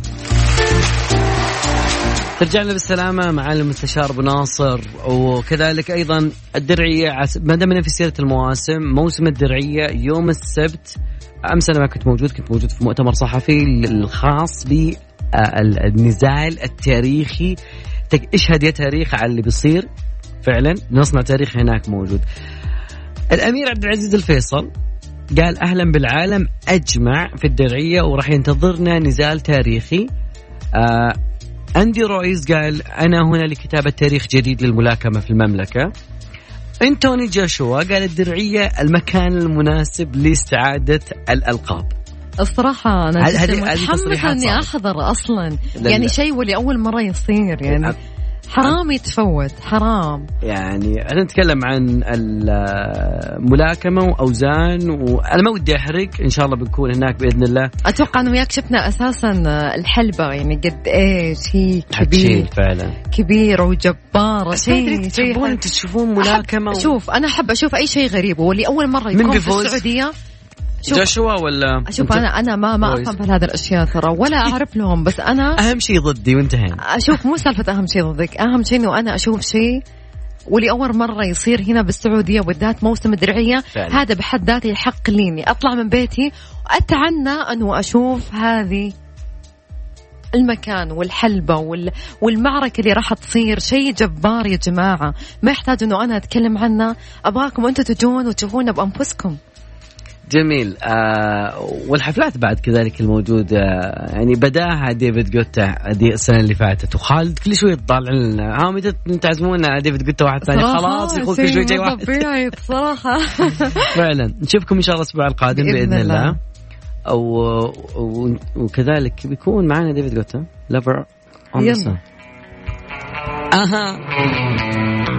ترجعنا بالسلامة مع المستشار أبو ناصر. وكذلك أيضا الدرعية ما دامنا في سيرة المواسم، موسم الدرعية يوم السبت أمس أنا ما كنت موجود في مؤتمر صحفي الخاص بالنزال التاريخي. اشهد يا تاريخ على اللي بيصير، فعلا نصنع تاريخ هناك موجود. الأمير عبد العزيز الفيصل قال أهلا بالعالم أجمع في الدرعية وراح ينتظرنا نزال تاريخي. أندي رويز قال أنا هنا لكتابة تاريخ جديد للملاكمة في المملكة. أنتوني جاشوا قال الدرعية المكان المناسب لاستعادة الألقاب. الصراحة أنا متحمسة أني أحضر أصلا، يعني شيء ولأول مرة يصير، يعني حرام يتفوت، حرام. يعني أنا نتكلم عن الملاكمة وأوزان، وأنا ما ودي أحرق، إن شاء الله بنكون هناك بإذن الله. أتوقع أنه وياك شفنا أساسا الحلبة، يعني قد إيش هي كبير فعلا، كبيرة وجبارة. شيء تحبون تشوفون ملاكمة شوف أنا أحب أشوف أي شيء غريب، واللي أول مرة يكون في السعودية جاشوا ولا شوف أنا ما أفهم في هذا الأشياء ترى، ولا أعرف لهم، بس أنا أهم شيء ضدي وانتهينا. أشوف مو سالفة أهم شيء ضدك، أهم شيء إنه أنا أشوف شيء ولأول مرة يصير هنا بالسعودية وبالذات موسم الدرعية فعلا. هذا بحد ذاته يحق لي إني أطلع من بيتي وأتعنى أنه أشوف هذه المكان والحلبة والمعركة اللي راح تصير. شيء جبار يا جماعة، ما يحتاج أنه أنا أتكلم عنه، أبغاكم أنتوا تجون وتشوفونه بأنفسكم. جميل. والحفلات بعد كذلك الموجودة، يعني بداها ديفيد غوتا السنة اللي فاتت، وخالد كل شوي يطلع لنا ها متى تعزمونا ديفيد غوتا واحد ثاني، خلاص يقول كل شوي جاي واحد طبيعي صراحة. فعلا نشوفكم إن شاء الله الأسبوع القادم بإذن الله. وكذلك بيكون معنا ديفيد غوتا لافر. يلا.